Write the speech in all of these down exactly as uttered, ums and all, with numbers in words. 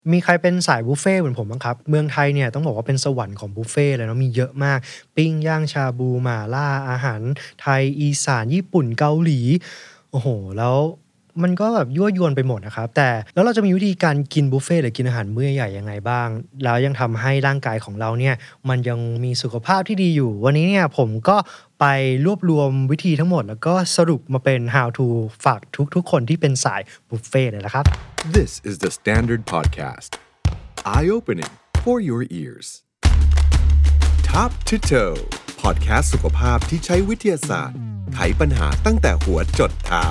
มีใครเป็นสายบุฟเฟต์เหมือนผมบ้างครับเมืองไทยเนี่ยต้องบอกว่าเป็นสวรรค์ของบุฟเฟต์เลยเนาะมีเยอะมากปิ้งย่างชาบูหม่าล่าอาหารไทยอีสานญี่ปุ่นเกาหลีโอ้โฮแล้วมันก็แบบยั่วยวนไปหมดนะครับแต่แล้วเราจะมีวิธีการกินบุฟเฟต์หรือกินอาหารมื้อใหญ่ๆยังไงบ้างแล้วยังทำให้ร่างกายของเราเนี่ยมันยังมีสุขภาพที่ดีอยู่วันนี้เนี่ยผมก็ไปรวบรวมวิธีทั้งหมดแล้วก็สรุปมาเป็น How to ฝากทุกๆคนที่เป็นสายบุฟเฟต์เลยล่ะครับ This is the Standard Podcast. Eye-opening for your ears. Top to Toe Podcast สุขภาพที่ใช้วิทยาศาสตร์ไขปัญหาตั้งแต่หัวจดเท้า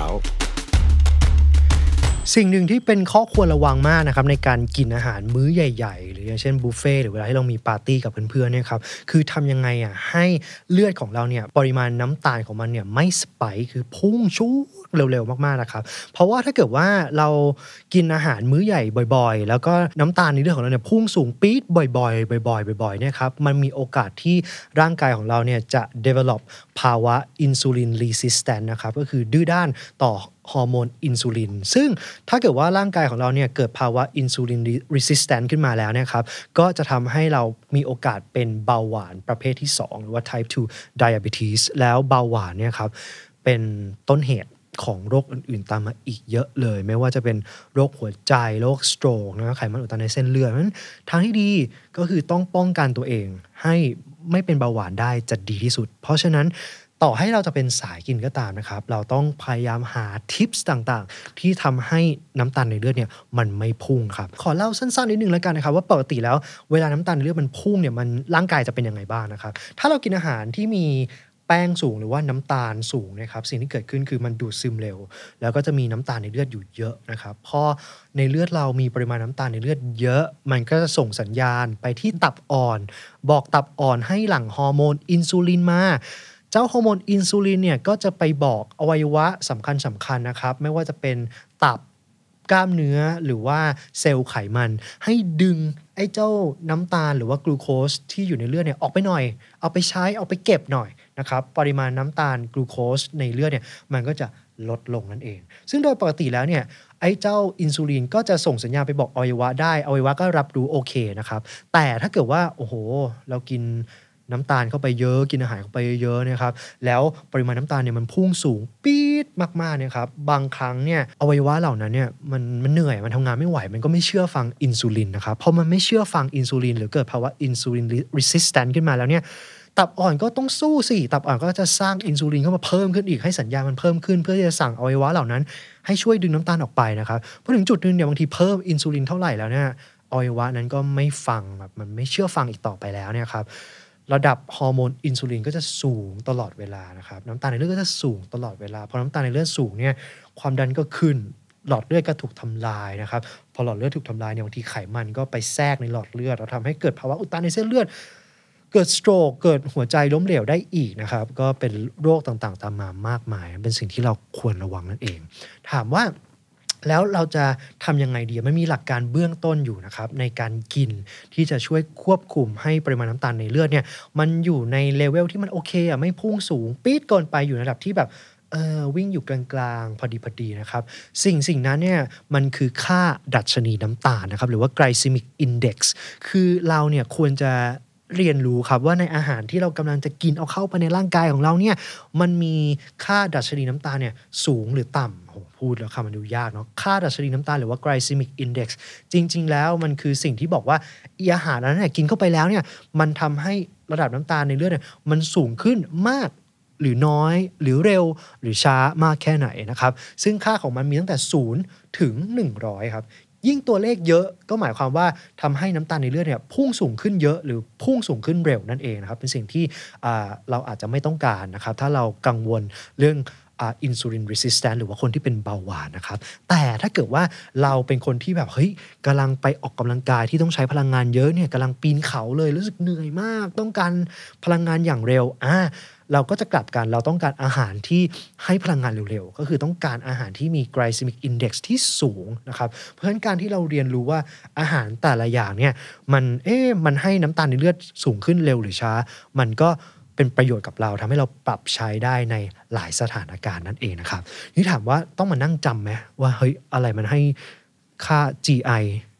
สิ่งหนึ่งที่เป็นข้อควรระวังมากนะครับในการกินอาหารมื้อใหญ่ๆหรืออย่างเช่นบุฟเฟต์หรือเวลาที่เรามีปาร์ตีกับเพื่อนๆเนี่ยครับคือทำยังไงอะให้เลือดของเราเนี่ยปริมาณน้ำตาลของมันเนี่ยไม่สไปค์คือพุ่งชูดเร็วๆมากๆนะครับเพราะว่าถ้าเกิดว่าเรากินอาหารมื้อใหญ่บ่อยๆแล้วก็น้ำตาลในเลือดของเราเนี่ยพุ่งสูงปี๊ดบ่อยๆบ่อยๆบ่อยๆเนี่ยครับมันมีโอกาสที่ร่างกายของเราเนี่ยจะ develop ภาวะ insulin resistant นะครับก็คือดื้อด้านต่อฮอร์โมนอินซูลินซึ่งถ้าเกิดว่าร่างกายของเราเนี่ยเกิดภาวะอินซูลิน resistant ขึ้นมาแล้วเนี่ยครับก็จะทำให้เรามีโอกาสเป็นเบาหวานประเภทที่สองหรือว่า type ทู diabetes แล้วเบาหวานเนี่ยครับเป็นต้นเหตุของโรคอื่นๆตามมาอีกเยอะเลยไม่ว่าจะเป็นโรคหัวใจโรคสโตรกนะไขมันอุดตันในเส้นเลือดเพราะฉะนั้นทางที่ดีก็คือต้องป้องกันตัวเองให้ไม่เป็นเบาหวานได้จะดีที่สุดเพราะฉะนั้นต่อให้เราจะเป็นสายกินก็ตามนะครับเราต้องพยายามหาทิปส์ต่างๆที่ทำให้น้ำตาลในเลือดเนี่ยมันไม่พุ่งครับขอเล่าสั้นๆนิดนึงแล้วกันนะครับว่าปกติแล้วเวลาน้ำตาลในเลือดมันพุ่งเนี่ยมันร่างกายจะเป็นยังไงบ้างนะครับถ้าเรากินอาหารที่มีแป้งสูงหรือว่าน้ำตาลสูงนะครับสิ่งที่เกิดขึ้นคือมันดูดซึมเร็วแล้วก็จะมีน้ำตาลในเลือดอยู่เยอะนะครับพอในเลือดเรามีปริมาณน้ำตาลในเลือดเยอะมันก็จะส่งสัญญาณไปที่ตับอ่อนบอกตับอ่อนให้หลั่งฮอร์โมนอินซูลินมาเจ้าฮอร์โมนอินซูลินเนี่ยก็จะไปบอกอวัยวะสำคัญสำคัญนะครับไม่ว่าจะเป็นตับกล้ามเนื้อหรือว่าเซลล์ไขมันให้ดึงไอ้เจ้าน้ำตาลหรือว่ากลูโคสที่อยู่ในเลือดเนี่ยออกไปหน่อยเอาไปใช้เอาไปเก็บหน่อยนะครับปริมาณน้ำตาลกลูโคสในเลือดเนี่ยมันก็จะลดลงนั่นเองซึ่งโดยปกติแล้วเนี่ยไอ้เจ้าอินซูลินก็จะส่งสัญญาณไปบอกอวัยวะได้อวัยวะก็รับรู้โอเคนะครับแต่ถ้าเกิดว่าโอ้โหเรากินน้ำตาลเข้าไปเยอะกินอาหารเข้าไปเยอะๆเนี่ยครับแล้วปริมาณน้ำตาลเนี่ยมันพุ่งสูงปี๊ดมากๆเนี่ยครับบางครั้งเนี่ยอวัยวะเหล่านั้นเนี่ยมันมันเหนื่อยมันทำงานไม่ไหวมันก็ไม่เชื่อฟังอินซูลินนะครับพอมันไม่เชื่อฟังอินซูลินหรือเกิดภาวะอินซูลิน resistant ขึ้นมาแล้วเนี่ยตับอ่อนก็ต้องสู้สิตับอ่อนก็จะสร้างอินซูลินเข้ามาเพิ่มขึ้นอีกให้สัญญาณมันเพิ่มขึ้นเพื่อที่จะสั่งอวัยวะเหล่านั้นให้ช่วยดึงน้ำตาลออกไปนะครับพอถึงจุดนึงเนี่ยบางทีเพิ่มอินซูลินเท่าไหร่แล้วเนี่ยอวัยวะนั้นก็ไม่ฟังแบบมันไม่เชื่อฟังอีกต่อไปแล้วเนี่ยครับระดับฮอร์โมนอินซูลินก็จะสูงตลอดเวลานะครับน้ำตาลในเลือดก็จะสูงตลอดเวลาพอน้ำตาลในเลือดสูงเนี่ยความดันก็ขึ้นหลอดเลือดก็ถูกทำลายนะครับพอหลอดเลือดถูกทำลายเนี่ยบางทีไขมันก็ไปแทรกในหลอดเลือดแล้วทำให้เกิดภาวะอุดตันในเส้นเลือดเกิดสโตรกเกิดหัวใจล้มเหลวได้อีกนะครับก็เป็นโรคต่างๆตามมามากมายเป็นสิ่งที่เราควรระวังนั่นเองถามว่าแล้วเราจะทำยังไงดีมันมีหลักการเบื้องต้นอยู่นะครับในการกินที่จะช่วยควบคุมให้ปริมาณน้ำตาลในเลือดเนี่ยมันอยู่ในเลเวลที่มันโอเคอะไม่พุ่งสูงปี๊ดเกินไปอยู่ในระดับที่แบบเออวิ่งอยู่กลางๆพอดีๆนะครับสิ่งสิ่งนั้นเนี่ยมันคือค่าดัชนีน้ำตาลนะครับหรือว่า glycemic index คือเราเนี่ยควรจะเรียนรู้ครับว่าในอาหารที่เรากำลังจะกินเอาเข้าไปในร่างกายของเราเนี่ยมันมีค่าดัชนีน้ำตาลเนี่ยสูงหรือต่ำโหพูดแล้วคำมันดูยากเนาะค่าดัชนีน้ำตาลหรือว่า glycemic index จริงๆแล้วมันคือสิ่งที่บอกว่าอีอาหารนั้นเนี่ยกินเข้าไปแล้วเนี่ยมันทำให้ระดับน้ำตาลในเลือดเนี่ยมันสูงขึ้นมากหรือน้อยหรือเร็วหรือช้ามากแค่ไหนนะครับซึ่งค่าของมันมีตั้งแต่ศูนย์ถึงหนึ่งร้อยครับยิ่งตัวเลขเยอะก็หมายความว่าทำให้น้ำตาลในเลือดเนี่ยพุ่งสูงขึ้นเยอะหรือพุ่งสูงขึ้นเร็วนั่นเองนะครับเป็นสิ่งที่เราอาจจะไม่ต้องการนะครับถ้าเรากังวลเรื่องอินซูลิน resistant หรือว่าคนที่เป็นเบาหวานนะครับแต่ถ้าเกิดว่าเราเป็นคนที่แบบเฮ้ยกำลังไปออกกำลังกายที่ต้องใช้พลังงานเยอะเนี่ยกำลังปีนเขาเลยรู้สึกเหนื่อยมากต้องการพลังงานอย่างเร็วอ่าเราก็จะกลับกันเราต้องการอาหารที่ให้พลังงานเร็วๆก็คือต้องการอาหารที่มี glycemic index ที่สูงนะครับเพราะฉะนั้นการที่เราเรียนรู้ว่าอาหารแต่ละอย่างเนี่ยมันเอ๊ะมันให้น้ำตาลในเลือดสูงขึ้นเร็วหรือช้ามันก็เป็นประโยชน์กับเราทำให้เราปรับใช้ได้ในหลายสถานการณ์นั่นเองนะครับนี่ถามว่าต้องมานั่งจำไหมว่าเฮ้ยอะไรมันให้ค่า จี ไอ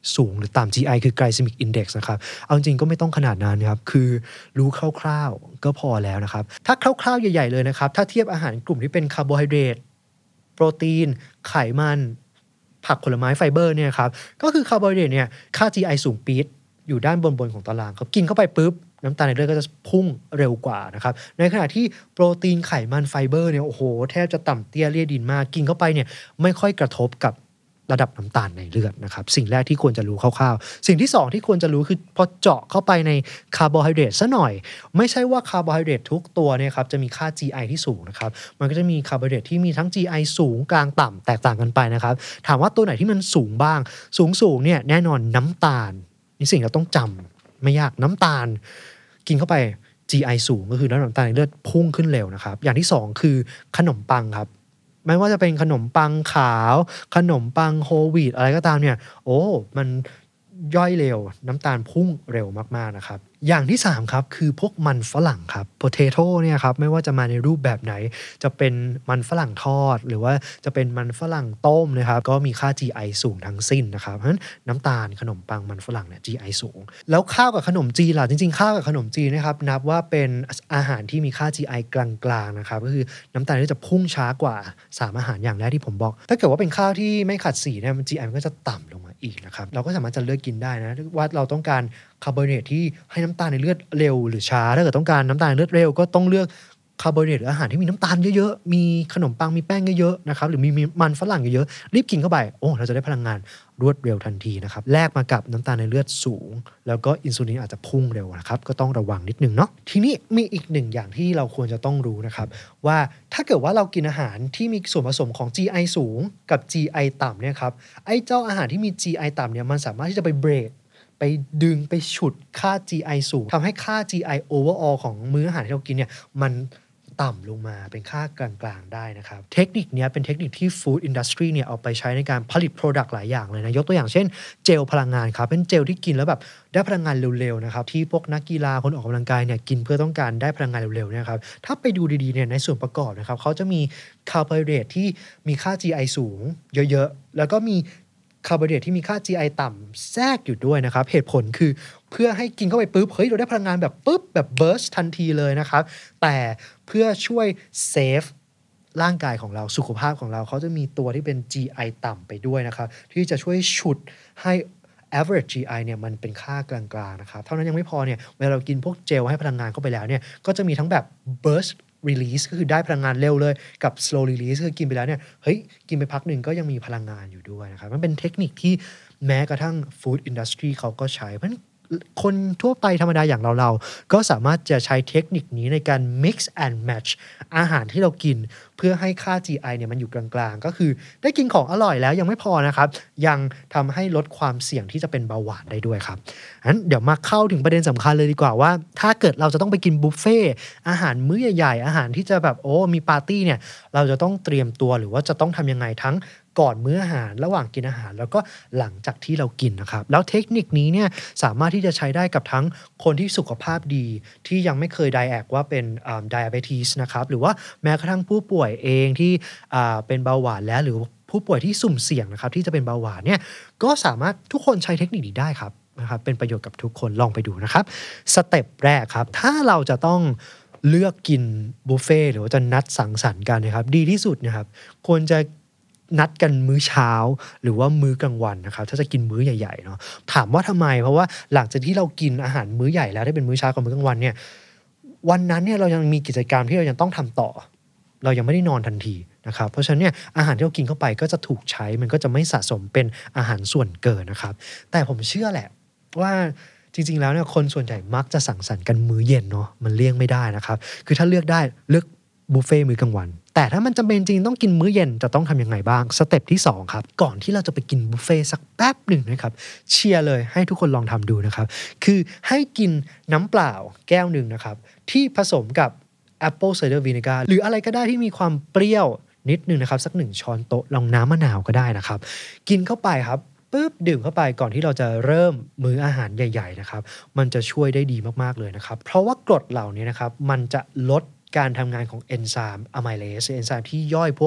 สูงหรือต่ำ จี ไอ คือ Glycemic Index นะครับเอาจริงก็ไม่ต้องขนาดนั้นครับคือรู้คร่าวๆก็พอแล้วนะครับถ้าคร่าวๆใหญ่ๆเลยนะครับถ้าเทียบอาหารกลุ่มที่เป็นคาร์โบไฮเดรตโปรตีนไขมันผักผลไม้ไฟเบอร์เนี่ยครับก็คือคาร์โบไฮเดรตเนี่ยค่า จี ไอ สูงปี๊ดอยู่ด้านบนๆของตารางครับกินเข้าไปปุ๊บน้ำตาลในเลือดก็จะพุ่งเร็วกว่านะครับในขณะที่โปรตีนไขมันไฟเบอร์เนี่ยโอ้โหแทบจะต่ำเตี้ยเลี่ยดินมากกินเข้าไปเนี่ยไม่ค่อยกระทบกับระดับน้ำตาลในเลือดนะครับสิ่งแรกที่ควรจะรู้คร่าวๆสิ่งที่สองที่ควรจะรู้คือพอเจาะเข้าไปในคาร์โบไฮเดรตซะหน่อยไม่ใช่ว่าคาร์โบไฮเดรตทุกตัวเนี่ยครับจะมีค่า จี ไอ ที่สูงนะครับมันก็จะมีคาร์โบไฮเดรตที่มีทั้ง จี ไอ สูงกลางต่ำแตกต่างกันไปนะครับถามว่าตัวไหนที่มันสูงบ้างสูงๆเนี่ยแน่นอนน้ำตาลนี่สิ่งเราต้องจำไม่ยากน้ำตาลกินเข้าไป จี ไอ สูงก็คือน้ำตาลในเลือดพุ่งขึ้นเร็วนะครับอย่างที่สองคือขนมปังครับไม่ว่าจะเป็นขนมปังขาวขนมปังโฮลวีตอะไรก็ตามเนี่ยโอ้มันย่อยเร็วน้ำตาลพุ่งเร็วมากๆนะครับอย่างที่สามครับคือพวกมันฝรั่งครับโพเทโต้เนี่ยครับไม่ว่าจะมาในรูปแบบไหนจะเป็นมันฝรั่งทอดหรือว่าจะเป็นมันฝรั่งต้มนะครับก็มีค่า จี ไอ สูงทั้งสิ้นนะครับเพราะฉะนั้นน้ำตาลขนมปังมันฝรั่งเนี่ย จี ไอ สูงแล้วข้าวกับขนมจีนล่ะจริงๆข้าวกับขนมจีนนะครับนับว่าเป็นอาหารที่มีค่า จี ไอ กลางๆนะครับก็คือน้ำตาลจะพุ่งช้ากว่าสามอาหารอย่างแรกที่ผมบอกถ้าเกิดว่าเป็นข้าวที่ไม่ขัดสีเนี่ย จี ไอ มันก็จะต่ำลงมาอีกนะครับเราก็สามารถจะเลือกกินได้นะว่าเราต้องการคาร์โบไฮเดรตที่ให้น้ำตาลในเลือดเร็วหรือช้าถ้าเกิดต้องการน้ำตาลในเลือดเร็วก็ต้องเลือกคาร์โบไฮเดรตหรืออาหารที่มีน้ำตาลเยอะๆมีขนมปังมีแป้งเยอะๆนะครับหรือมีมันฝรั่งเยอะๆรีบกินเข้าไปโอ้เราจะได้พลังงานรวดเร็วทันทีนะครับแลกมากับน้ำตาลในเลือดสูงแล้วก็อินซูลินอาจจะพุ่งเร็วนะครับก็ต้องระวังนิดนึงเนาะทีนี้มีอีกหนึ่งอย่างที่เราควรจะต้องรู้นะครับว่าถ้าเกิดว่าเรากินอาหารที่มีส่วนผสมของ จี ไอ สูงกับ จี ไอ ต่ำเนี่ยครับไอ้เจ้าอาหารที่มี จี ไอ ต่ำเนี่ยมันสามารถที่จะไปเบรกไปดึงไปฉุดค่า จี ไอ สูงทำให้ค่า จี ไอ overall ของมื้ออาหารที่เรากินเนี่ยมันต่ำลงมาเป็นค่ากลางๆได้นะครับเทคนิคนี้เป็นเทคนิคที่ Food Industry เนี่ยเอาไปใช้ในการผลิต Product หลายอย่างเลยนะยกตัวอย่างเช่นเจลพลังงานครับเป็นเจลที่กินแล้วแบบได้พลังงานเร็วๆนะครับที่พวกนักกีฬาคนออกกำลังกายเนี่ยกินเพื่อต้องการได้พลังงานเร็วๆเนี่ยครับถ้าไปดูดีๆเนี่ยในส่วนประกอบนะครับเขาจะมีคาร์โบไฮเดรตที่มีค่า จี ไอ สูงเยอะๆแล้วก็มีคาร์โบไฮเดรตที่มีค่า จี ไอ ต่ำแทรกอยู่ด้วยนะครับเหตุผลคือเพื่อให้กินเข้าไปปุ๊บเฮ้ยเราได้พลังงานแบบปุ๊บแบบเบิร์สทันทีเลยนะครับแต่เพื่อช่วยเซฟร่างกายของเราสุขภาพของเราเขาจะมีตัวที่เป็น จี ไอ ต่ำไปด้วยนะครับที่จะช่วยฉุดให้ average จี ไอ เนี่ยมันเป็นค่ากลางๆนะครับเท่านั้นยังไม่พอเนี่ยเวลาเรากินพวกเจลให้พลังงานเข้าไปแล้วเนี่ยก็จะมีทั้งแบบ burst release ก็คือได้พลังงานเร็วเลยกับ slow release คือกินไปแล้วเนี่ยเฮ้ยกินไปพักหนึ่งก็ยังมีพลังงานอยู่ด้วยนะครับมันเป็นเทคนิคที่แม้กระทั่ง food industry เขาก็ใช้เพราะฉะนั้นคนทั่วไปธรรมดาอย่างเราๆก็สามารถจะใช้เทคนิคนี้ในการ mix and match อาหารที่เรากินเพื่อให้ค่า จี ไอ เนี่ยมันอยู่กลางๆก็คือได้กินของอร่อยแล้วยังไม่พอนะครับยังทำให้ลดความเสี่ยงที่จะเป็นเบาหวานได้ด้วยครับงั้นเดี๋ยวมาเข้าถึงประเด็นสำคัญเลยดีกว่าว่าถ้าเกิดเราจะต้องไปกินบุฟเฟ่อาหารมื้อใหญ่ๆอาหารที่จะแบบโอ้มีปาร์ตี้เนี่ยเราจะต้องเตรียมตัวหรือว่าจะต้องทำยังไงทั้งก่อนมื้ออาหารระหว่างกินอาหารแล้วก็หลังจากที่เรากินนะครับแล้วเทคนิคนี้เนี่ยสามารถที่จะใช้ได้กับทั้งคนที่สุขภาพดีที่ยังไม่เคยไดแอกว่าเป็นอ่า diabetes นะครับหรือว่าแม้กระทั่งผู้ป่วยเองที่อ่าเป็นเบาหวานแล้วหรือผู้ป่วยที่สุ่มเสี่ยงนะครับที่จะเป็นเบาหวานเนี่ยก็สามารถทุกคนใช้เทคนิคนี้ได้ครับนะครับเป็นประโยชน์กับทุกคนลองไปดูนะครับสเต็ปแรกครับถ้าเราจะต้องเลือกกินบุฟเฟ่หรือว่าจะนัดสังสรรค์กันนะครับดีที่สุดนะครับควรจะนัดกันมื้อเช้าหรือว่ามื้อกลางวันนะครับถ้าจะกินมื้อใหญ่ๆเนาะถามว่าทำไมเพราะว่าหลังจากที่เรากินอาหารมื้อใหญ่แล้วได้เป็นมื้อเช้ากับมื้อกลางวันเนี่ยวันนั้นเนี่ยเรายังมีกิจกรรมที่เรายังต้องทำต่อเรายังไม่ได้นอนทันทีนะครับเพราะฉะนั้นเนี่ยอาหารที่เรากินเข้าไปก็จะถูกใช้มันก็จะไม่สะสมเป็นอาหารส่วนเกินนะครับแต่ผมเชื่อแหละว่าจริงๆแล้วเนี่ยคนส่วนใหญ่มักจะสังสรรค์กันมื้อเย็นเนาะมันเลี่ยงไม่ได้นะครับคือถ้าเลือกได้เลือกบุฟเฟ่มื้อกลางวันแต่ถ้ามันจำเป็นจริงต้องกินมื้อเย็นจะต้องทำยังไงบ้างสเต็ปที่สองครับก่อนที่เราจะไปกินบุฟเฟ่สักแป๊บหนึ่งนะครับเชียร์เลยให้ทุกคนลองทำดูนะครับคือให้กินน้ำเปล่าแก้วหนึ่งนะครับที่ผสมกับ Apple Cider Vinegar หรืออะไรก็ได้ที่มีความเปรี้ยวนิดนึงนะครับสักหนึ่งช้อนโต๊ะลองน้ำมะนาวก็ได้นะครับกินเข้าไปครับปึ๊บดื่มเข้าไปก่อนที่เราจะเริ่มมื้ออาหารใหญ่ๆนะครับมันจะช่วยได้ดีมากๆเลยนะครับเพราะว่ากรดเหล่านี้นะครับมันจะลดการทำงานของเอนไซม์อะไมเลสเอนไซม์ที่ย่อยพวก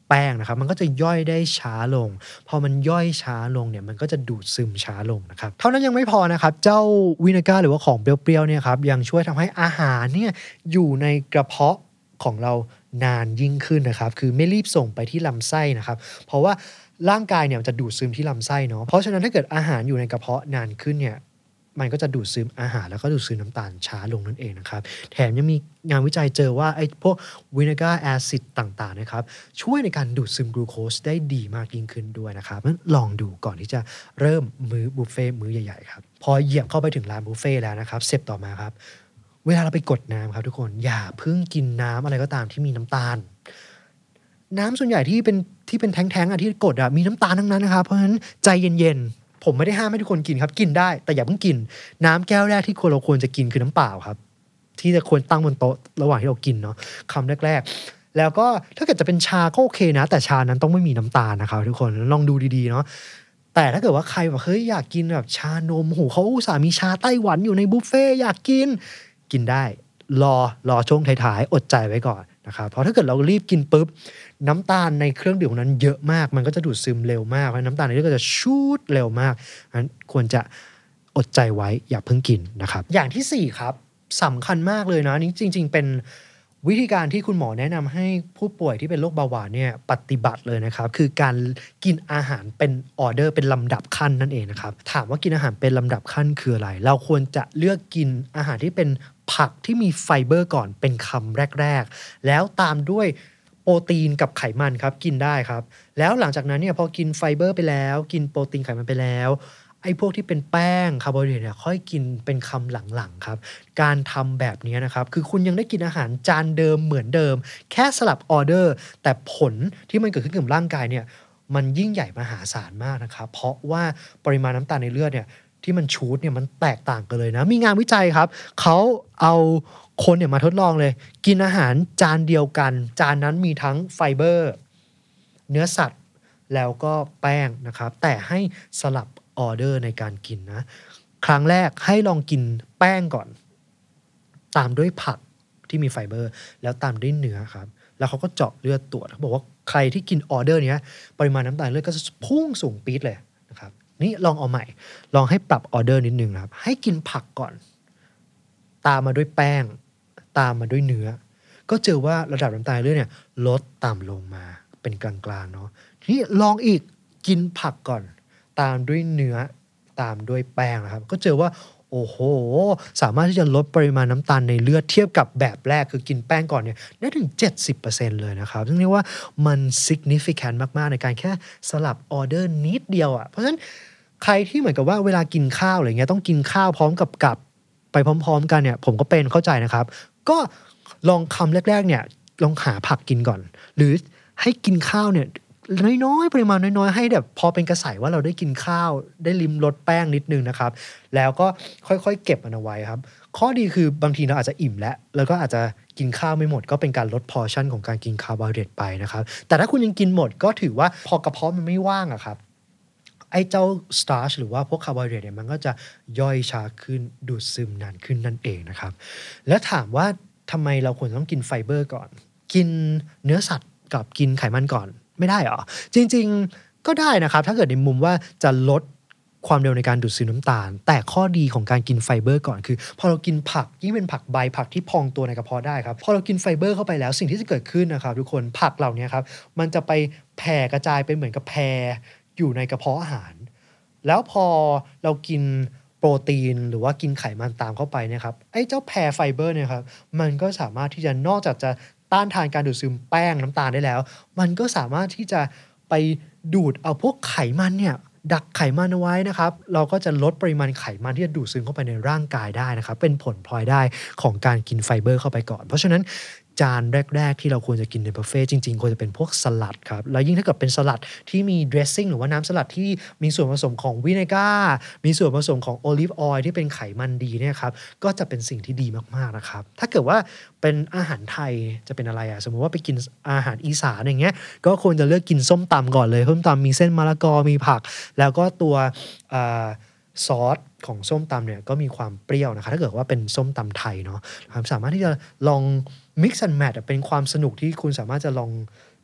แป้งนะครับมันก็จะย่อยได้ช้าลงพอมันย่อยช้าลงเนี่ยมันก็จะดูดซึมช้าลงนะครับเท่านั้นยังไม่พอนะครับเจ้าวินิก้าหรือว่าของเปรี้ยวๆเนี่ยครับยังช่วยทำให้อาหารเนี่ยอยู่ในกระเพาะของเรานานยิ่งขึ้นนะครับคือไม่รีบส่งไปที่ลำไส้นะครับเพราะว่าร่างกายเนี่ยจะดูดซึมที่ลำไส้เนาะเพราะฉะนั้นถ้าเกิดอาหารอยู่ในกระเพาะนานขึ้นเนี่ยมันก็จะดูดซึมอาหารแล้วก็ดูดซึมน้ำตาลช้าลงนั่นเองนะครับแถมยังมีงานวิจัยเจอว่าไอ้พวกวินิก้าแอซิดต่างๆนะครับช่วยในการดูดซึมกลูโคสได้ดีมากยิ่งขึ้นด้วยนะครับงั้นลองดูก่อนที่จะเริ่มมื้อบุฟเฟ่ต์มื้อใหญ่ๆครับพอเหยียบเข้าไปถึงร้านบุฟเฟ่ต์แล้วนะครับสเต็ปต่อมาครับเวลาเราไปกดน้ำครับทุกคนอย่าเพิ่งกินน้ำอะไรก็ตามที่มีน้ำตาลน้ำส่วนใหญ่ที่เป็นที่เป็นแท้งๆอ่ะที่กดอ่ะมีน้ำตาลทั้งนั้นนะครับเพราะฉะนั้นใจเย็นๆผมไม่ได้ห้ามให้ทุกคนกินครับกินได้แต่อย่าเพิ่งกินน้ำแก้วแรกที่เราควรจะกินคือน้ำเปล่าครับที่จะควรตั้งบนโต๊ะระหว่างที่เรากินเนาะคำแรกๆแล้วก็ถ้าเกิดจะเป็นชาก็โอเคนะแต่ชานั้นต้องไม่มีน้ำตาลนะครับทุกคนลองดูดีๆเนาะแต่ถ้าเกิดว่าใครแบบเฮ้ยอยากกินแบบชานมโหเขาอุตส่าห์มีชาไต้หวันอยู่ในบุฟเฟ่อยากกินกินได้รอรอช่วงท้ายๆอดใจไว้ก่อนนะครับเพราะถ้าเกิดเรารีบกินปุ๊บน้ำตาลในเครื่องดื่มนั้นเยอะมากมันก็จะดูดซึมเร็วมากเพราะน้ำตาลในนี้ก็จะชูดเร็วมากงั้นควรจะอดใจไว้อย่าเพิ่งกินนะครับอย่างที่สี่ครับสำคัญมากเลยนะนี่จริงๆเป็นวิธีการที่คุณหมอแนะนำให้ผู้ป่วยที่เป็นโรคเบาหวานเนี่ยปฏิบัติเลยนะครับคือการกินอาหารเป็นออเดอร์เป็นลำดับขั้นนั่นเองนะครับถามว่ากินอาหารเป็นลำดับขั้นคืออะไรเราควรจะเลือกกินอาหารที่เป็นผักที่มีไฟเบอร์ก่อนเป็นคำแรกๆแล้วตามด้วยโปรตีนกับไขมันครับกินได้ครับแล้วหลังจากนั้นเนี่ยพอกินไฟเบอร์ไปแล้วกินโปรตีนไขมันไปแล้วไอ้พวกที่เป็นแป้งคาร์โบไฮเดรตเนี่ยค่อยกินเป็นคำหลังๆครับการทำแบบนี้นะครับคือคุณยังได้กินอาหารจานเดิมเหมือนเดิมแค่สลับออเดอร์แต่ผลที่มันเกิดขึ้นกับร่างกายเนี่ยมันยิ่งใหญ่มหาศาลมากนะครับเพราะว่าปริมาณน้ำตาลในเลือดเนี่ยที่มันชูดเนี่ยมันแตกต่างกันเลยนะมีงานวิจัยครับเขาเอาคนเนี่ยมาทดลองเลยกินอาหารจานเดียวกันจานนั้นมีทั้งไฟเบอร์เนื้อสัตว์แล้วก็แป้งนะครับแต่ให้สลับออเดอร์ในการกินนะครั้งแรกให้ลองกินแป้งก่อนตามด้วยผักที่มีไฟเบอร์แล้วตามด้วยเนื้อครับแล้วเขาก็เจาะเลือดตรวจเขาบอกว่าใครที่กินออเดอร์นี้ปริมาณน้ำตาลเลือดก็จะพุ่งสูงปี๊ดเลยนะครับนี่ลองเอาใหม่ลองให้ปรับออเดอร์นิดนึงนะครับให้กินผักก่อนตามมาด้วยแป้งตามมาด้วยเนื้อก็เจอว่าระดับน้ำตาลเลือดเนี่ยลดต่ำลงมาเป็นกลางๆเนาะนี่ลองอีกกินผักก่อนตามด้วยเนื้อตามด้วยแป้งนะครับก็เจอว่าโอ้โหสามารถที่จะลดปริมาณน้ำตาลในเลือดเทียบกับแบบแรกคือกินแป้งก่อนเนี่ยได้ถึง เจ็ดสิบเปอร์เซ็นต์ เลยนะครับซึ่งเรียกว่ามัน significant มากๆในการแค่สลับออเดอร์นิดเดียวอ่ะเพราะฉะนั้นใครที่เหมือนกับว่าเวลากินข้าวอะไรเงี้ยต้องกินข้าวพร้อมกับกับไปพร้อมๆกันเนี่ยผมก็เป็นเข้าใจนะครับก็ลองคำแรกๆเนี่ยลองหาผักกินก่อนหรือให้กินข้าวเนี่ยน้อยๆปริมาณน้อยๆให้แบบพอเป็นกระใสว่าเราได้กินข้าวได้ลิ้มรสแป้งนิดนึงนะครับแล้วก็ค่อยๆเก็บมันเอาไว้ครับข้อดีคือบางทีเราอาจจะอิ่มแล้วแล้วก็อาจจะกินข้าวไม่หมดก็เป็นการลดพอร์ชั่นของการกินคาร์โบไฮเดรตไปนะครับแต่ถ้าคุณยังกินหมดก็ถือว่าพอกระเพาะมันไม่ว่างอะครับไอ้เจ้าสตาร์ชหรือว่าพวกคาร์โบไฮเดรตเนี่ยมันก็จะย่อยช้าขึ้นดูดซึมนานขึ้นนั่นเองนะครับแล้วถามว่าทำไมเราควรต้องกินไฟเบอร์ก่อนกินเนื้อสัตว์กับกินไขมันก่อนไม่ได้เหรอจริงๆก็ได้นะครับถ้าเกิดในมุมว่าจะลดความเร็วในการดูดซึมน้ำตาลแต่ข้อดีของการกินไฟเบอร์ก่อนคือพอเรากินผักยิ่งเป็นผักใบผักที่พองตัวในกระเพาะได้ครับพอเรากินไฟเบอร์เข้าไปแล้วสิ่งที่จะเกิดขึ้นนะครับทุกคนผักเหล่านี้ครับมันจะไปแผ่กระจายเป็นเหมือนกับแพรอยู่ในกระเพาะอาหารแล้วพอเรากินโปรตีนหรือว่ากินไขมันตามเข้าไปเนี่ยครับไอ้เจ้าแพรไฟเบอร์เนี่ยครับมันก็สามารถที่จะนอกจากจะต้านทานการดูดซึมแป้งน้ำตาลได้แล้วมันก็สามารถที่จะไปดูดเอาพวกไขมันเนี่ยดักไขมันเอาไว้นะครับเราก็จะลดปริมาณไขมันที่จะดูดซึมเข้าไปในร่างกายได้นะครับเป็นผลพลอยได้ของการกินไฟเบอร์เข้าไปก่อนเพราะฉะนั้นจานแรกๆที่เราควรจะกินในบุฟเฟ่ต์จริงๆควรจะเป็นพวกสลัดครับแล้วยิ่งถ้าเกิดเป็นสลัดที่มีเดรสซิ่งหรือว่าน้ำสลัดที่มีส่วนผสมของวิเนก้ามีส่วนผสมของโอลิฟออยล์ที่เป็นไขมันดีเนี่ยครับก็จะเป็นสิ่งที่ดีมากๆนะครับถ้าเกิดว่าเป็นอาหารไทยจะเป็นอะไรอ่ะสมมุติว่าไปกินอาหารอีสานอย่างเงี้ยก็ควรจะเลือกกินส้มตำก่อนเลยส้มตำมีเส้นมะละกอมีผักแล้วก็ตัวซอสของส้มตำเนี่ยก็มีความเปรี้ยวนะคะถ้าเกิดว่าเป็นส้มตำไทยเนาะสามารถที่จะลอง mix and match เป็นความสนุกที่คุณสามารถจะลอง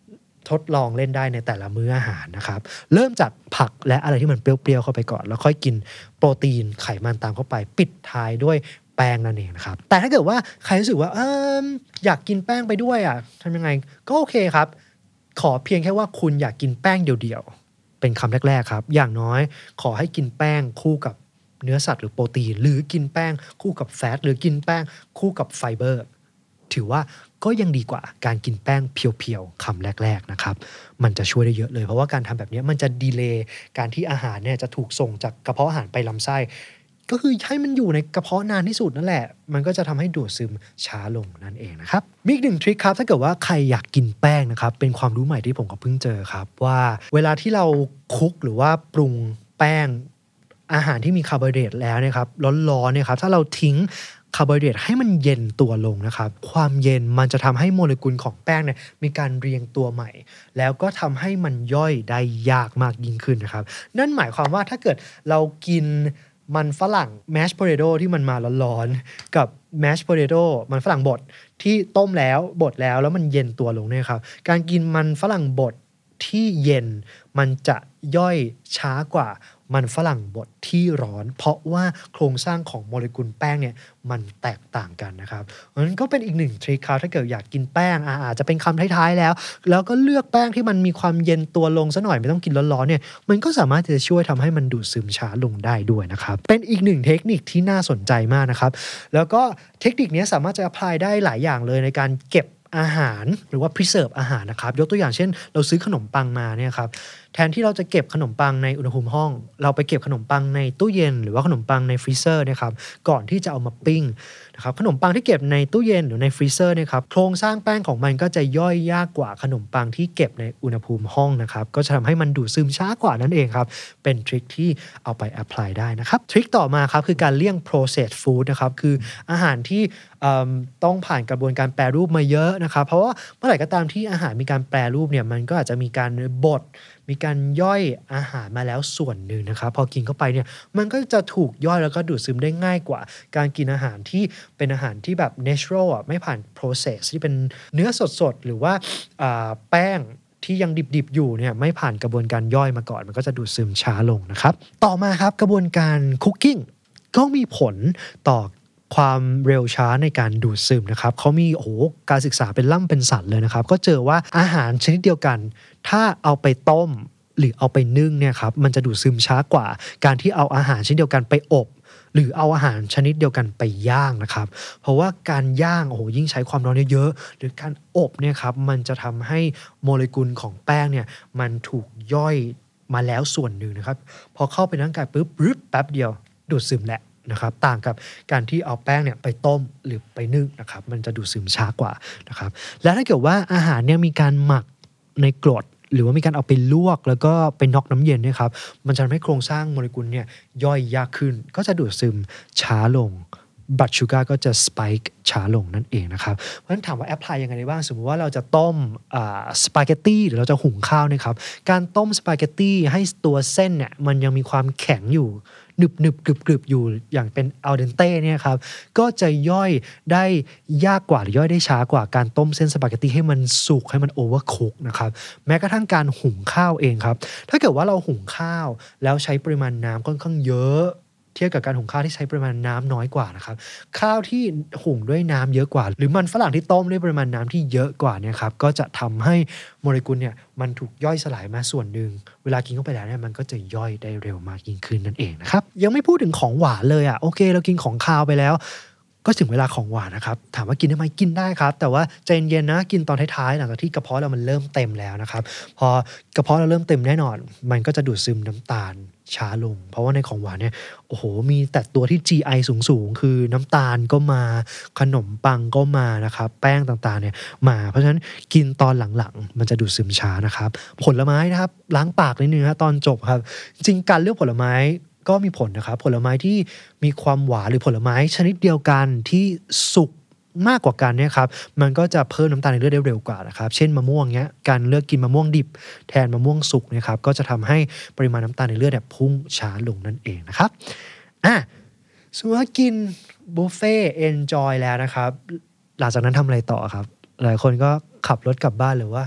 ทดลองเล่นได้ในแต่ละมื้ออาหารนะครับเริ่มจากผักและอะไรที่มันเปรี้ยวๆเข้าไปก่อนแล้วค่อยกินโปรตีนไขมันตามเข้าไปปิดท้ายด้วยแป้งนั่นเองนะครับแต่ถ้าเกิดว่าใครรู้สึกว่าเอออยากกินแป้งไปด้วยอ่ะทำยังไงก็โอเคครับขอเพียงแค่ว่าคุณอยากกินแป้งเดี่ยวๆเป็นคำแรกๆครับอย่างน้อยขอให้กินแป้งคู่กับเนื้อสัตว์หรือโปรตีนหรือกินแป้งคู่กับแฟตหรือกินแป้งคู่กับไฟเบอร์ถือว่าก็ยังดีกว่าการกินแป้งเพียวๆคำแรกๆนะครับมันจะช่วยได้เยอะเลยเพราะว่าการทำแบบนี้มันจะดีเลย์การที่อาหารเนี่ยจะถูกส่งจากกระเพาะอาหารไปลำไส้ก็คือให้มันอยู่ในกระเพาะนานที่สุดนั่นแหละมันก็จะทำให้ดูดซึมช้าลงนั่นเองนะครับมีอีกหนึ่งทริคครับถ้าเกิดว่าใครอยากกินแป้งนะครับเป็นความรู้ใหม่ที่ผมก็เพิ่งเจอครับว่าเวลาที่เราคุกหรือว่าปรุงแป้งอาหารที่มีคาร์โบไฮเดรตแล้วเนี่ยครับร้อนๆเนี่ยครับถ้าเราทิ้งคาร์โบไฮเดรตให้มันเย็นตัวลงนะครับความเย็นมันจะทำให้โมเลกุลของแป้งเนี่ยมีการเรียงตัวใหม่แล้วก็ทำให้มันย่อยได้ยากมากยิ่งขึ้นนะครับนั่นหมายความว่าถ้าเกิดเรากินมันฝรั่งแมชโพเตโต้ที่มันมาร้อนๆกับแมชโพเตโต้มันฝรั่งบดที่ต้มแล้วบดแล้วแล้วมันเย็นตัวลงเนี่ยครับการกินมันฝรั่งบดที่เย็นมันจะย่อยช้ากว่ามันฝรั่งบดที่ร้อนเพราะว่าโครงสร้างของโมเลกุลแป้งเนี่ยมันแตกต่างกันนะครับเพราะฉะนั้นก็เป็นอีกหนึ่งทริคครับถ้าเกิดอยากกินแป้งอาจจะเป็นคำท้ายๆแล้วแล้วก็เลือกแป้งที่มันมีความเย็นตัวลงซะหน่อยไม่ต้องกินร้อนๆเนี่ยมันก็สามารถจะช่วยทำให้มันดูดซึมช้าลงได้ด้วยนะครับเป็นอีกหนึ่งเทคนิคที่น่าสนใจมากนะครับแล้วก็เทคนิคนี้สามารถจะ apply ได้หลายอย่างเลยในการเก็บอาหารหรือว่า preserve อาหารนะครับยกตัวอย่างเช่นเราซื้อขนมปังมาเนี่ยครับแทนที่เราจะเก็บขนมปังในอุณหภูมิห้องเราไปเก็บขนมปังในตู้เย็นหรือว่าขนมปังในฟรีเซอร์นะครับก่อนที่จะเอามาปิ้งนะครับขนมปังที่เก็บในตู้เย็นหรือในฟรีเซอร์เนี่ยครับโครงสร้างแป้งของมันก็จะย่อยยากกว่าขนมปังที่เก็บในอุณหภูมิห้องนะครับก็จะทำให้มันดูดซึมช้ากว่านั่นเองครับเป็นทริคที่เอาไป apply ได้นะครับทริคต่อมาครับคือการเลี่ยง processed food นะครับคืออาหารที่ต้องผ่านกระบวนการแปรรูปมาเยอะนะครับเพราะว่าเมื่อไหร่ก็ตามที่อาหารมีการแปรรูปเนี่ยมันก็อาจจะมีการบดมีการย่อยอาหารมาแล้วส่วนหนึ่งนะครับพอกินเข้าไปเนี่ยมันก็จะถูกย่อยแล้วก็ดูดซึมได้ง่ายกว่าการกินอาหารที่เป็นอาหารที่แบบ natural อ่ะไม่ผ่าน process ที่เป็นเนื้อสดๆหรือว่าแป้งที่ยังดิบๆอยู่เนี่ยไม่ผ่านกระบวนการย่อยมาก่อนมันก็จะดูดซึมช้าลงนะครับต่อมาครับกระบวนการคุกกิ้งก็มีผลต่อความเร็วช้าในการดูดซึมนะครับเขามีโอ้โหการศึกษาเป็นล่ำเป็นสันเลยนะครับก็เจอว่าอาหารชนิดเดียวกันถ้าเอาไปต้มหรือเอาไปนึ่งเนี่ยครับมันจะดูดซึมช้ากว่าการที่เอาอาหารชนิดเดียวกันไปอบหรือเอาอาหารชนิดเดียวกันไปย่างนะครับเพราะว่าการย่างโอ้โหยิ่งใช้ความร้อนเยอะๆหรือการอบเนี่ยครับมันจะทำให้โมเลกุลของแป้งเนี่ยมันถูกย่อยมาแล้วส่วนหนึ่งนะครับพอเข้าไปในร่างกายปุ๊บรึบแป๊บเดียวดูดซึมแหละนะครับต่างกับการที่เอาแป้งเนี่ยไปต้มหรือไปนึ่งนะครับมันจะดูดซึมช้ากว่านะครับและถ้าเกิดว่าอาหารเนี่ยมีการหมักในกรดหรือว่ามีการเอาไปลวกแล้วก็ไปน็อกน้ำเย็นเนี่ยครับมันจะทำให้โครงสร้างโมเลกุลเนี่ยย่อยยากขึ้นก็จะดูดซึมช้าลงบลัดชูการ์ก็จะสไปค์ช้าลงนั่นเองนะครับเพราะฉะนั้นถามว่าแอพพลายยังไงได้บ้างสมมติว่าเราจะต้มสปาเกตตี้หรือเราจะหุงข้าวนะครับการต้มสปาเกตตี้ให้ตัวเส้นเนี่ยมันยังมีความแข็งอยู่หนึบหนึบกรึบกรึบอยู่อย่างเป็นอัลเดนเต้เนี่ยครับก็จะย่อยได้ยากกว่าหรือย่อยได้ช้ากว่าการต้มเส้นสปาเกตตี้ให้มันสุกให้มันโอเวอร์คุกนะครับแม้กระทั่งการหุงข้าวเองครับถ้าเกิดว่าเราหุงข้าวแล้วใช้ปริมาณน้ำค่อนข้างเยอะเทียบกับการหุงข้าวที่ใช้ปริมาณน้ำน้อยกว่านะครับข้าวที่หุงด้วยน้ำเยอะกว่าหรือมันฝรั่งที่ต้มด้วยปริมาณน้ำที่เยอะกว่าเนี่ยครับก็จะทำให้โมเลกุลเนี่ยมันถูกย่อยสลายมาส่วนหนึ่งเวลากินเข้าไปแล้วเนี่ยมันก็จะย่อยได้เร็วมากยิ่งขึ้นนั่นเองนะครับยังไม่พูดถึงของหวานเลยอ่ะโอเคเรากินของคาวไปแล้วก็ถึงเวลาของหวานนะครับถามว่ากินได้ไหมกินได้ครับแต่ว่าใจเย็นๆนะกินตอนท้ายๆหลังจากที่กระเพาะเรามันเริ่มเต็มแล้วนะครับพอกระเพาะเราเริ่มเต็มแน่นอนมันก็จะดูดซึมน้ำตาลช้าลงเพราะว่าในของหวานเนี่ยโอ้โหมีแต่ตัวที่ จี ไอ สูงๆคือน้ำตาลก็มาขนมปังก็มานะครับแป้งต่างๆเนี่ยมาเพราะฉะนั้นกินตอนหลังๆมันจะดูดซึมช้านะครับผลไม้นะครับล้างปากนิดนึงนะตอนจบครับจริงการเลือกผลไม้ก็มีผลนะครับผลไม้ที่มีความหวานหรือผลไม้ชนิดเดียวกันที่สุกมากกว่ากันเนี่ยครับมันก็จะเพิ่มน้ำตาลในเลือดได้เร็วกว่านะครับเช่นมะม่วงเนี้ยการเลือกกินมะม่วงดิบแทนมะม่วงสุกนะครับก็จะทำให้ปริมาณน้ำตาลในเลือดแบบพุ่งช้าลงนั่นเองนะครับอ่ะสมมติว่ากินบุฟเฟ่เอนจอยแล้วนะครับหลังจากนั้นทำอะไรต่อครับหลายคนก็ขับรถกลับบ้านหรือว่าก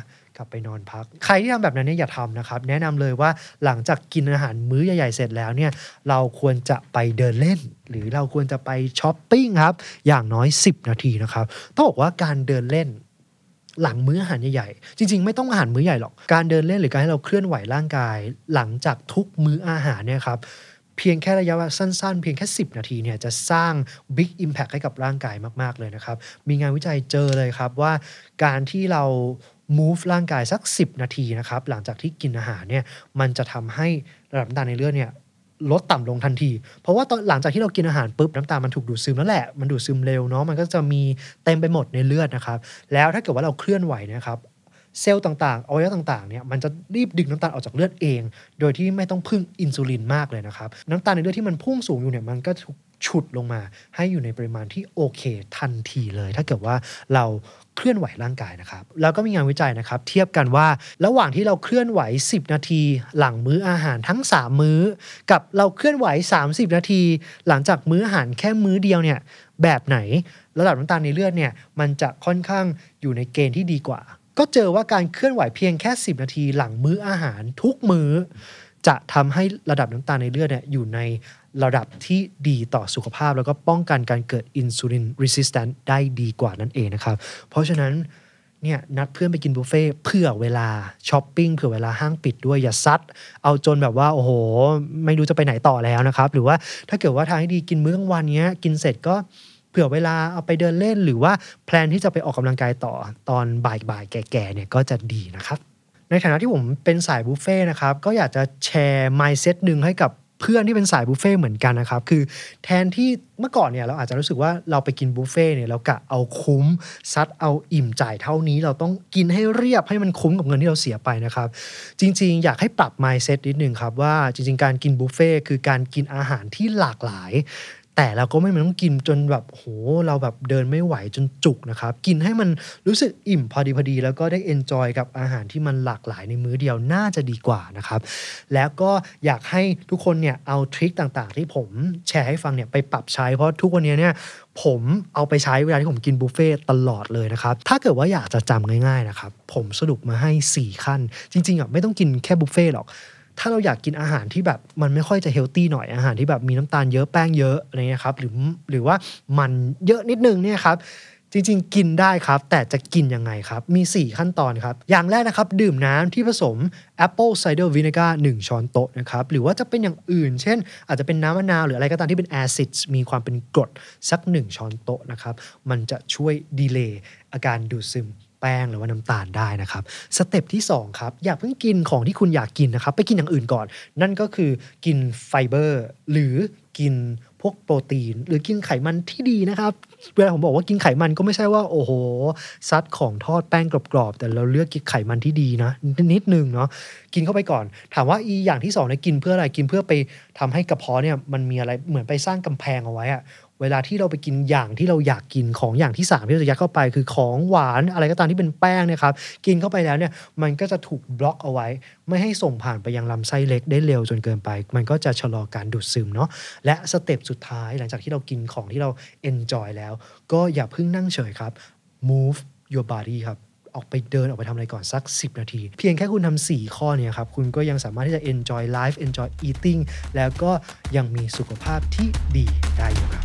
ลับไปนอนพักใครที่ทำแบบนั้นเนี่ยอย่าทำนะครับแนะนำเลยว่าหลังจากกินอาหารมื้อใหญ่ๆเสร็จแล้วเนี่ยเราควรจะไปเดินเล่นหรือเราควรจะไปช้อปปิ้งครับอย่างน้อยสิบนาทีนะครับต้องบอกว่าการเดินเล่นหลังมื้ออาหารใหญ่ๆจริงๆไม่ต้องอาหารมื้อใหญ่หรอกการเดินเล่นหรือการให้เราเคลื่อนไหวร่างกายหลังจากทุกมื้ออาหารเนี่ยครับเพียงแค่ระยะเวลาสั้นๆเพียงแค่สิบนาทีเนี่ยจะสร้าง Big Impact ให้กับร่างกายมากๆเลยนะครับมีงานวิจัยเจอเลยครับว่าการที่เรา move ร่างกายสักสิบนาทีนะครับหลังจากที่กินอาหารเนี่ยมันจะทำให้ระดับน้ำตาลในเลือดเนี่ยลดต่ำลงทันทีเพราะว่าตอนหลังจากที่เรากินอาหารปุ๊บน้ำตาลมันถูกดูดซึมแล้วแหละมันดูดซึมเร็วเนาะมันก็จะมีเต็มไปหมดในเลือดนะครับแล้วถ้าเกิดว่าเราเคลื่อนไหวนะครับเซลล์ต่างๆอวัยวะต่างๆเนี่ยมันจะรีบดึงน้ำตาลออกจากเลือดเองโดยที่ไม่ต้องพึ่งอินซูลินมากเลยนะครับน้ำตาลในเลือดที่มันพุ่งสูงอยู่เนี่ยมันก็ถูกฉุดลงมาให้อยู่ในปริมาณที่โอเคทันทีเลยถ้าเกิดว่าเราเคลื่อนไหวร่างกายนะครับแล้วก็มีงานวิจัยนะครับเทียบกันว่าระหว่างที่เราเคลื่อนไหวสิบนาทีหลังมื้ออาหารทั้งสามมื้อกับเราเคลื่อนไหวสามสิบนาทีหลังจากมื้ออาหารแค่มื้อเดียวเนี่ยแบบไหนระดับน้ำตาลในเลือดเนี่ยมันจะค่อนข้างอยู่ในเกณฑ์ที่ดีกว่าก็เจอว่าการเคลื่อนไหวเพียงแค่สิบนาทีหลังมื้ออาหารทุกมื้อจะทำให้ระดับน้ำตาลในเลือดเนี่ยอยู่ในระดับที่ดีต่อสุขภาพแล้วก็ป้องกันการเกิดอินซูลินรีสิสแตนต์ได้ดีกว่านั่นเองนะครับเพราะฉะนั้นเนี่ยนัดเพื่อนไปกินบุฟเฟ่เผื่อเวลาช้อปปิ้งเผื่อเวลาห้างปิดด้วยอย่าซัดเอาจนแบบว่าโอ้โหไม่รู้จะไปไหนต่อแล้วนะครับหรือว่าถ้าเกิดว่าทางให้ดีกินมื้อกลางวันเนี้ยกินเสร็จก็เผื่อเวลาเอาไปเดินเล่นหรือว่าแพลนที่จะไปออกกำลังกายต่อตอนบ่ายๆแก่ๆเนี่ยก็จะดีนะครับในฐานะที่ผมเป็นสายบุฟเฟ่นะครับก็อยากจะแชร์ mindset นึงให้กับเพื่อนที่เป็นสายบุฟเฟ่เหมือนกันนะครับคือแทนที่เมื่อก่อนเนี่ยเราอาจจะรู้สึกว่าเราไปกินบุฟเฟ่เนี่ยเรากะเอาคุ้มซัดเอาอิ่มจ่ายเท่านี้เราต้องกินให้เรียบให้มันคุ้มกับเงินที่เราเสียไปนะครับจริงๆอยากให้ปรับ mindset นิดนึงครับว่าจริงๆการกินบุฟเฟ่คือการกินอาหารที่หลากหลายแต่เราก็ไม่ต้องกินจนแบบโหเราแบบเดินไม่ไหวจนจุกนะครับกินให้มันรู้สึกอิ่มพอดีพอดีแล้วก็ได้เอนจอยกับอาหารที่มันหลากหลายในมื้อเดียวน่าจะดีกว่านะครับแล้วก็อยากให้ทุกคนเนี่ยเอาทริคต่างๆที่ผมแชร์ให้ฟังเนี่ยไปปรับใช้เพราะทุกวันนี้เนี่ยผมเอาไปใช้เวลาที่ผมกินบุฟเฟ่ตลอดเลยนะครับถ้าเกิดว่าอยากจะจำง่ายๆนะครับผมสรุปมาให้สี่ขั้นจริงๆอ่ะไม่ต้องกินแค่บุฟเฟ่หรอกถ้าเราอยากกินอาหารที่แบบมันไม่ค่อยจะเฮลตี้หน่อยอาหารที่แบบมีน้ำตาลเยอะแป้งเยอะอะไรเงี้ยครับหรือหรือว่ามันเยอะนิดนึงเนี่ยครับจริงๆกินได้ครับแต่จะกินยังไงครับมีสี่ขั้นตอนครับอย่างแรกนะครับดื่มน้ำที่ผสม Apple Cider Vinegar หนึ่งช้อนโต๊ะนะครับหรือว่าจะเป็นอย่างอื่นเช่นอาจจะเป็นน้ำมะนาวหรืออะไรก็ตามที่เป็นแอซิดมีความเป็นกรดสักหนึ่งช้อนโต๊ะนะครับมันจะช่วยดีเลย์อาการดูดซึมแป้งหรือว่าน้ำตาลได้นะครับสเต็ปที่สองครับอย่าเพิ่งกินของที่คุณอยากกินนะครับไปกินอย่างอื่นก่อนนั่นก็คือกินไฟเบอร์หรือกินพวกโปรตีนหรือกินไขมันที่ดีนะครับเวลาผมบอกว่ากินไขมันก็ไม่ใช่ว่าโอ้โหซัดของทอดแป้งกรอบๆแต่เราเลือกกินไขมันที่ดีนะนิดนึงเนาะกินเข้าไปก่อนถามว่าอีอย่างที่สองเนี่ยกินเพื่ออะไรกินเพื่อไปทำให้กระเพาะเนี่ยมันมีอะไรเหมือนไปสร้างกำแพงเอาไว้อะเวลาที่เราไปกินอย่างที่เราอยากกินของอย่างที่สามที่เราจะยัดเข้าไปคือของหวานอะไรก็ตามที่เป็นแป้งเนี่ยครับกินเข้าไปแล้วเนี่ยมันก็จะถูกบล็อกเอาไว้ไม่ให้ส่งผ่านไปยังลำไส้เล็กได้เร็วจนเกินไปมันก็จะชะลอการดูดซึมเนาะและสเต็ปสุดท้ายหลังจากที่เรากินของที่เรา enjoy แล้วก็อย่าเพิ่งนั่งเฉยครับ move your body ครับออกไปเดินออกไปทำอะไรก่อนสักสิบนาทีเพียงแค่คุณทำสี่ข้อเนี่ยครับคุณก็ยังสามารถที่จะ enjoy life enjoy eating แล้วก็ยังมีสุขภาพที่ดีได้อยู่ครับ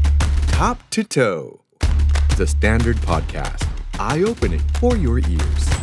Top to Toe, the Standard Podcast, eye-opening for your ears.